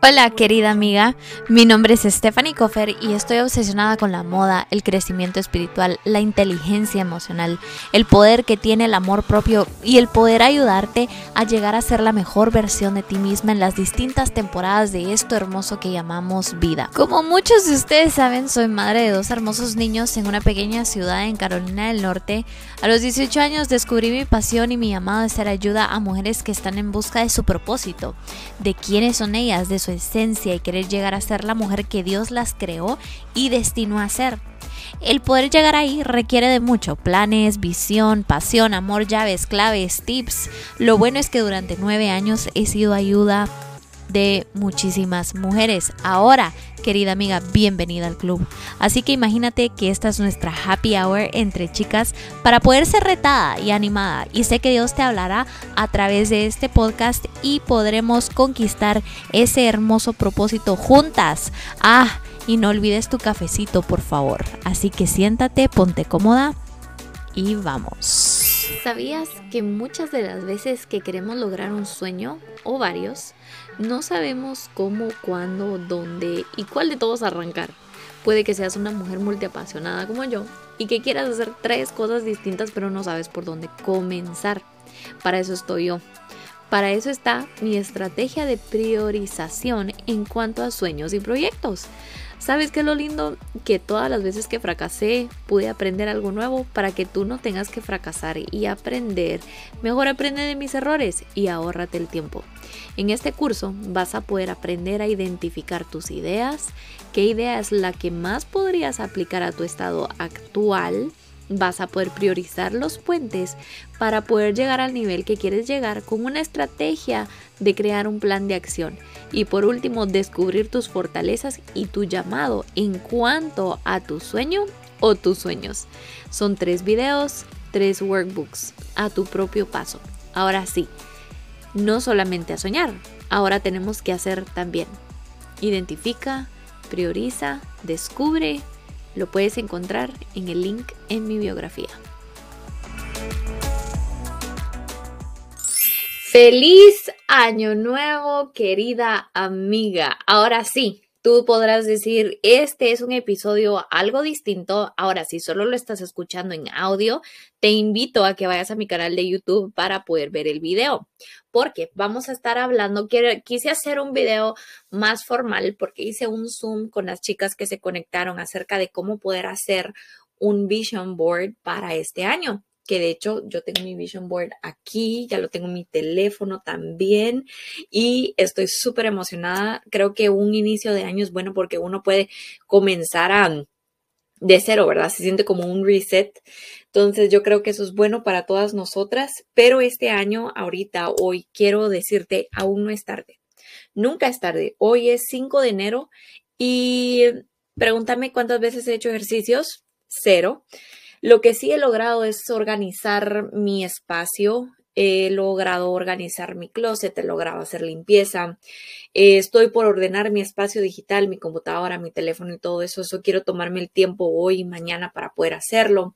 Hola querida amiga, mi nombre es Stephanie Koffer y estoy obsesionada con la moda, el crecimiento espiritual, la inteligencia emocional, el poder que tiene el amor propio y el poder ayudarte a llegar a ser la mejor versión de ti misma en las distintas temporadas de esto hermoso que llamamos vida. Como muchos de ustedes saben, soy madre de 2 hermosos niños en una pequeña ciudad en Carolina del Norte. A los 18 años descubrí mi pasión y mi llamado de ser ayuda a mujeres que están en busca de su propósito, de quiénes son ellas, de su esencia y querer llegar a ser la mujer que Dios las creó y destinó a ser. El poder llegar ahí requiere de mucho: planes, visión, pasión, amor, llaves, claves, tips. Lo bueno es que durante 9 años he sido ayuda de muchísimas mujeres. Ahora, querida amiga, bienvenida al club. Así que imagínate que esta es nuestra happy hour entre chicas para poder ser retada y animada. Y sé que Dios te hablará a través de este podcast y podremos conquistar ese hermoso propósito juntas. Y no olvides tu cafecito, por favor. Así que siéntate, ponte cómoda y vamos. ¿Sabías que muchas de las veces que queremos lograr un sueño o varios, no sabemos cómo, cuándo, dónde y cuál de todos arrancar? Puede que seas una mujer multiapasionada como yo y que quieras hacer 3 cosas distintas pero no sabes por dónde comenzar. Para eso estoy yo. Para eso está mi estrategia de priorización en cuanto a sueños y proyectos. ¿Sabes qué es lo lindo? Que todas las veces que fracasé pude aprender algo nuevo para que tú no tengas que fracasar y aprender. Mejor aprende de mis errores y ahórrate el tiempo. En este curso vas a poder aprender a identificar tus ideas, qué idea es la que más podrías aplicar a tu estado actual. Vas a poder priorizar los puentes para poder llegar al nivel que quieres llegar con una estrategia de crear un plan de acción. Y por último, descubrir tus fortalezas y tu llamado en cuanto a tu sueño o tus sueños. Son 3 videos, 3 workbooks a tu propio paso. Ahora sí, no solamente a soñar, ahora tenemos que hacer también. Identifica, prioriza, descubre. Lo puedes encontrar en el link en mi biografía. ¡Feliz Año Nuevo, querida amiga! Ahora sí, tú podrás decir, este es un episodio algo distinto. Ahora, si solo lo estás escuchando en audio, te invito a que vayas a mi canal de YouTube para poder ver el video. Porque vamos a estar hablando, quise hacer un video más formal porque hice un Zoom con las chicas que se conectaron acerca de cómo poder hacer un vision board para este año. Que de hecho yo tengo mi vision board aquí, ya lo tengo en mi teléfono también y estoy súper emocionada. Creo que un inicio de año es bueno porque uno puede comenzar de cero, ¿verdad? Se siente como un reset. Entonces yo creo que eso es bueno para todas nosotras, pero este año, hoy, quiero decirte, aún no es tarde. Nunca es tarde. Hoy es 5 de enero y pregúntame cuántas veces he hecho ejercicios. 0. Lo que sí he logrado es organizar mi espacio, he logrado organizar mi closet, he logrado hacer limpieza, estoy por ordenar mi espacio digital, mi computadora, mi teléfono y todo eso. Eso quiero tomarme el tiempo hoy y mañana para poder hacerlo.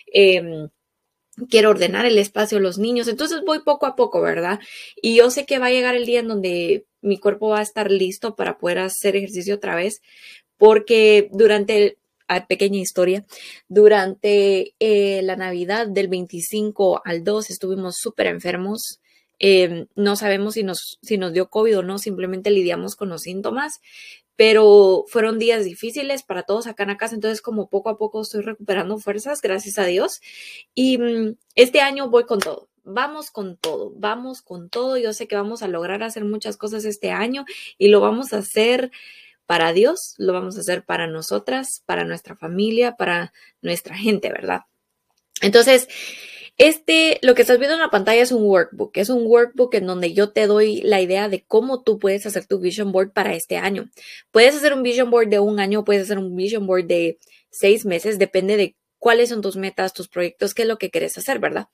Quiero ordenar el espacio de los niños, entonces voy poco a poco, ¿verdad? Y yo sé que va a llegar el día en donde mi cuerpo va a estar listo para poder hacer ejercicio otra vez, porque pequeña historia, durante la Navidad del 25 al 2 estuvimos súper enfermos. No sabemos si nos dio COVID o no, simplemente lidiamos con los síntomas, pero fueron días difíciles para todos acá en la casa, entonces como poco a poco estoy recuperando fuerzas, gracias a Dios, y este año voy con todo. Vamos con todo. Yo sé que vamos a lograr hacer muchas cosas este año y lo vamos a hacer para Dios, lo vamos a hacer para nosotras, para nuestra familia, para nuestra gente, ¿verdad? Entonces, lo que estás viendo en la pantalla es un workbook en donde yo te doy la idea de cómo tú puedes hacer tu vision board para este año. Puedes hacer un vision board de 1 año, puedes hacer un vision board de 6 meses, depende de cuáles son tus metas, tus proyectos, qué es lo que quieres hacer, ¿verdad?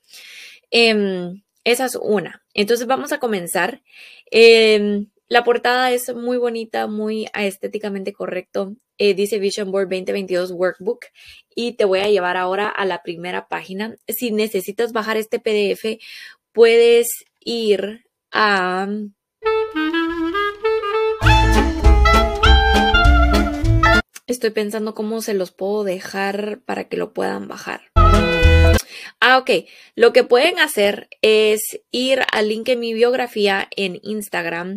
Esa es una. Entonces vamos a comenzar. La portada es muy bonita, muy estéticamente correcto. Dice Vision Board 2022 Workbook y te voy a llevar ahora a la primera página. Si necesitas bajar este PDF, puedes ir a Estoy pensando cómo se los puedo dejar para que lo puedan bajar. Ok. Lo que pueden hacer es ir al link en mi biografía en Instagram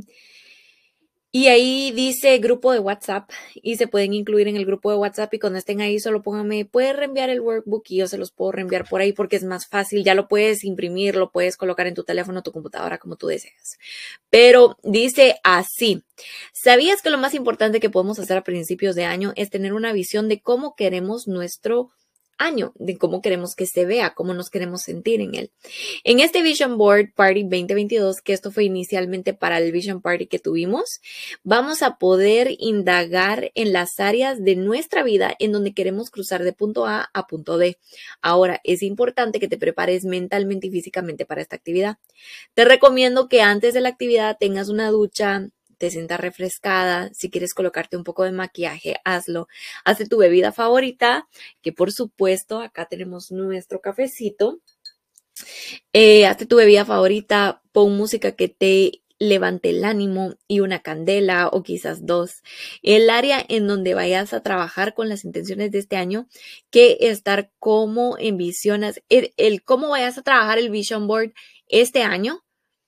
y ahí dice grupo de WhatsApp y se pueden incluir en el grupo de WhatsApp y cuando estén ahí solo pónganme, ¿puedes reenviar el workbook? Y yo se los puedo reenviar por ahí porque es más fácil, ya lo puedes imprimir, lo puedes colocar en tu teléfono, tu computadora, como tú deseas. Pero dice así, ¿sabías que lo más importante que podemos hacer a principios de año es tener una visión de cómo queremos nuestro año, de cómo queremos que se vea, cómo nos queremos sentir en él? En este Vision Board Party 2022, que esto fue inicialmente para el Vision Party que tuvimos, vamos a poder indagar en las áreas de nuestra vida en donde queremos cruzar de punto A a punto B. Ahora, es importante que te prepares mentalmente y físicamente para esta actividad. Te recomiendo que antes de la actividad tengas una ducha, te sientas refrescada. Si quieres colocarte un poco de maquillaje, hazlo. Hazte tu bebida favorita, que por supuesto acá tenemos nuestro cafecito. Hazte tu bebida favorita, pon música que te levante el ánimo y una candela o quizás dos. El área en donde vayas a trabajar con las intenciones de este año, que estar como envisionas, el cómo vayas a trabajar el Vision Board este año,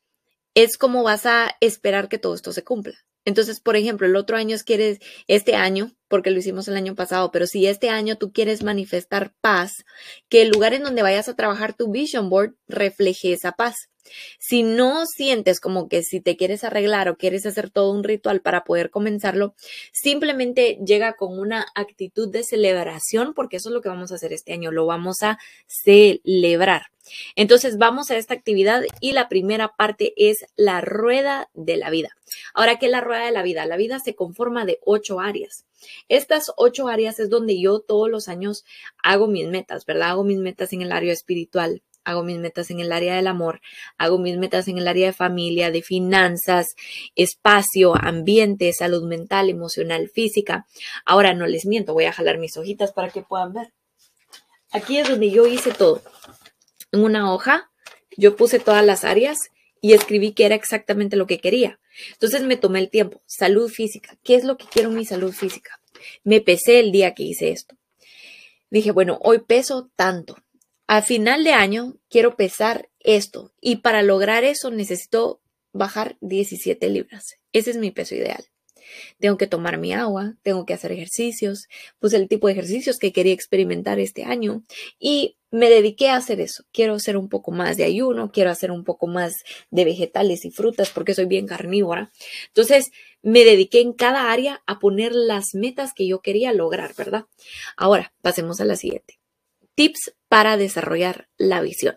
es como vas a esperar que todo esto se cumpla. Entonces, por ejemplo, el otro año quieres, este año, porque lo hicimos el año pasado, pero si este año tú quieres manifestar paz, que el lugar en donde vayas a trabajar tu Vision Board refleje esa paz. Si no sientes como que si te quieres arreglar o quieres hacer todo un ritual para poder comenzarlo, simplemente llega con una actitud de celebración, porque eso es lo que vamos a hacer este año, lo vamos a celebrar. Entonces vamos a esta actividad y la primera parte es la rueda de la vida. Ahora, ¿qué es la rueda de la vida? La vida se conforma de 8 áreas. Estas 8 áreas es donde yo todos los años hago mis metas, ¿verdad? Hago mis metas en el área espiritual, hago mis metas en el área del amor, hago mis metas en el área de familia, de finanzas, espacio, ambiente, salud mental, emocional, física. Ahora no les miento, voy a jalar mis hojitas para que puedan ver. Aquí es donde yo hice todo. En una hoja yo puse todas las áreas y escribí qué era exactamente lo que quería. Entonces me tomé el tiempo. Salud física. ¿Qué es lo que quiero en mi salud física? Me pesé el día que hice esto. Dije, bueno, hoy peso tanto. A final de año quiero pesar esto y para lograr eso necesito bajar 17 libras. Ese es mi peso ideal. Tengo que tomar mi agua, tengo que hacer ejercicios, puse el tipo de ejercicios que quería experimentar este año y me dediqué a hacer eso. Quiero hacer un poco más de ayuno, quiero hacer un poco más de vegetales y frutas porque soy bien carnívora. Entonces me dediqué en cada área a poner las metas que yo quería lograr, ¿verdad? Ahora pasemos a la siguiente. Tips para desarrollar la visión.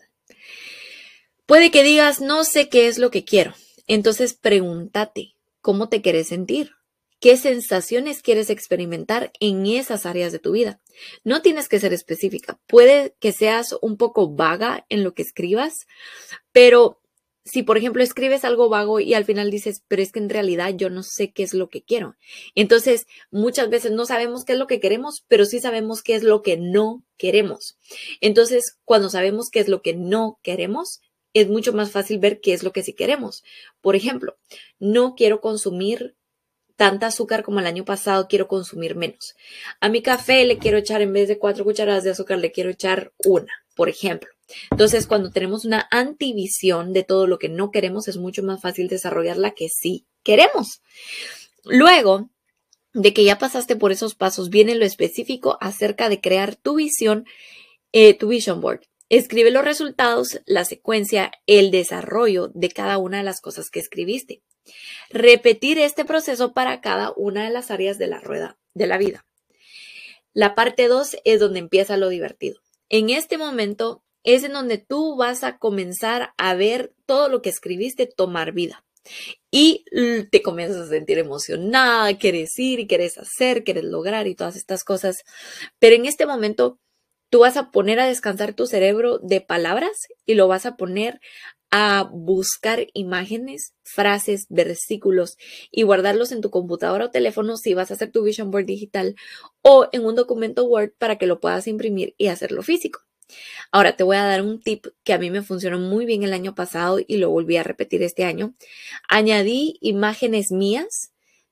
Puede que digas, no sé qué es lo que quiero. Entonces pregúntate, ¿cómo te quieres sentir? ¿Qué sensaciones quieres experimentar en esas áreas de tu vida? No tienes que ser específica. Puede que seas un poco vaga en lo que escribas, pero si, por ejemplo, escribes algo vago y al final dices, pero es que en realidad yo no sé qué es lo que quiero. Entonces, muchas veces no sabemos qué es lo que queremos, pero sí sabemos qué es lo que no queremos. Entonces, cuando sabemos qué es lo que no queremos, es mucho más fácil ver qué es lo que sí queremos. Por ejemplo, no quiero consumir tanta azúcar como el año pasado, quiero consumir menos. A mi café le quiero echar, en vez de 4 cucharadas de azúcar, le quiero echar 1, por ejemplo. Entonces, cuando tenemos una antivisión de todo lo que no queremos, es mucho más fácil desarrollar la que sí queremos. Luego de que ya pasaste por esos pasos, viene lo específico acerca de crear tu visión, tu vision board. Escribe los resultados, la secuencia, el desarrollo de cada una de las cosas que escribiste. Repetir este proceso para cada una de las áreas de la rueda de la vida. La parte 2 es donde empieza lo divertido. En este momento es en donde tú vas a comenzar a ver todo lo que escribiste tomar vida. Y te comienzas a sentir emocionada, quieres ir y quieres hacer, quieres lograr y todas estas cosas. Pero en este momento tú vas a poner a descansar tu cerebro de palabras y lo vas a poner a buscar imágenes, frases, versículos y guardarlos en tu computadora o teléfono si vas a hacer tu Vision Board digital o en un documento Word para que lo puedas imprimir y hacerlo físico. Ahora te voy a dar un tip que a mí me funcionó muy bien el año pasado y lo volví a repetir este año. Añadí imágenes mías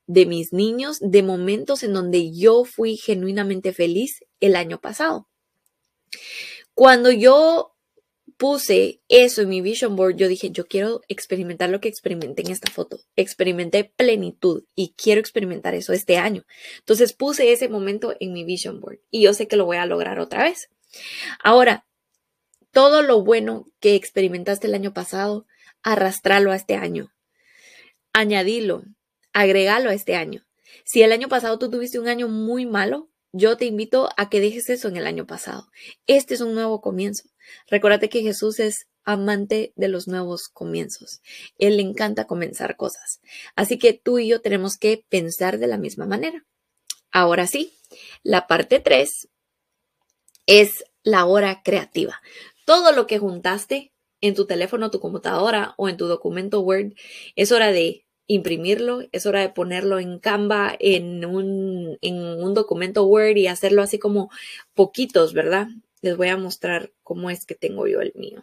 de mis niños, de momentos en donde yo fui genuinamente feliz el año pasado. Cuando yo puse eso en mi vision board, yo dije, yo quiero experimentar lo que experimenté en esta foto. Experimenté plenitud y quiero experimentar eso este año. Entonces puse ese momento en mi vision board y yo sé que lo voy a lograr otra vez. Ahora, todo lo bueno que experimentaste el año pasado, arrastralo a este año. Añadilo, agregalo a este año. Si el año pasado tú tuviste un año muy malo, yo te invito a que dejes eso en el año pasado. Este es un nuevo comienzo. Recuérdate que Jesús es amante de los nuevos comienzos. Él le encanta comenzar cosas. Así que tú y yo tenemos que pensar de la misma manera. Ahora sí, la parte 3 es la hora creativa. Todo lo que juntaste en tu teléfono, tu computadora o en tu documento Word, es hora de imprimirlo, es hora de ponerlo en Canva, en un documento Word y hacerlo así como poquitos, ¿verdad? Les voy a mostrar cómo es que tengo yo el mío.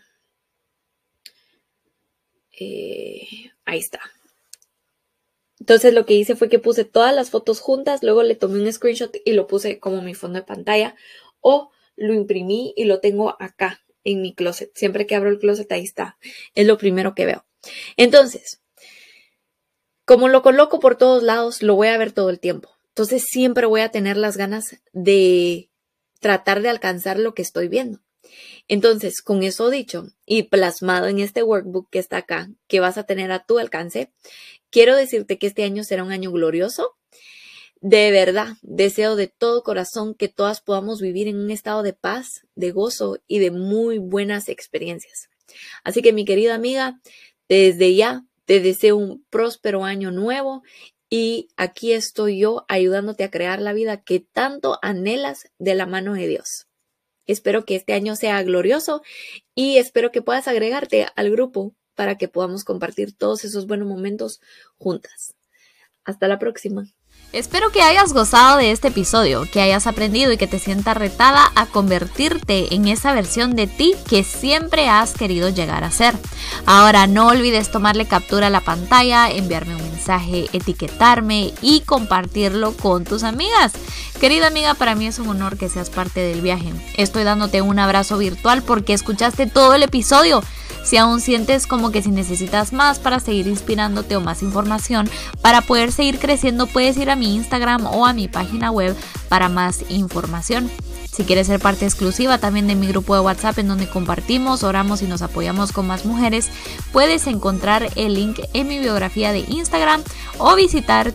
Ahí está. Entonces lo que hice fue que puse todas las fotos juntas, luego le tomé un screenshot y lo puse como mi fondo de pantalla o lo imprimí y lo tengo acá en mi closet. Siempre que abro el closet, ahí está. Es lo primero que veo. Entonces, como lo coloco por todos lados, lo voy a ver todo el tiempo. Entonces, siempre voy a tener las ganas de tratar de alcanzar lo que estoy viendo. Entonces, con eso dicho y plasmado en este workbook que está acá, que vas a tener a tu alcance, quiero decirte que este año será un año glorioso. De verdad, deseo de todo corazón que todas podamos vivir en un estado de paz, de gozo y de muy buenas experiencias. Así que, mi querida amiga, desde ya te deseo un próspero año nuevo y aquí estoy yo ayudándote a crear la vida que tanto anhelas de la mano de Dios. Espero que este año sea glorioso y espero que puedas agregarte al grupo para que podamos compartir todos esos buenos momentos juntas. Hasta la próxima. Espero que hayas gozado de este episodio, que hayas aprendido y que te sientas retada a convertirte en esa versión de ti que siempre has querido llegar a ser. Ahora no olvides tomarle captura a la pantalla, enviarme un mensaje, etiquetarme y compartirlo con tus amigas. Querida amiga, para mí es un honor que seas parte del viaje. Estoy dándote un abrazo virtual porque escuchaste todo el episodio. Si aún sientes como que si necesitas más para seguir inspirándote o más información para poder seguir creciendo, puedes ir a mi Instagram o a mi página web para más información. Si quieres ser parte exclusiva también de mi grupo de WhatsApp en donde compartimos, oramos y nos apoyamos con más mujeres, puedes encontrar el link en mi biografía de Instagram o visitar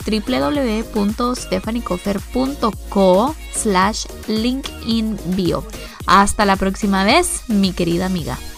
www.stefanicoffer.co/linkinbio. Hasta la próxima vez, mi querida amiga.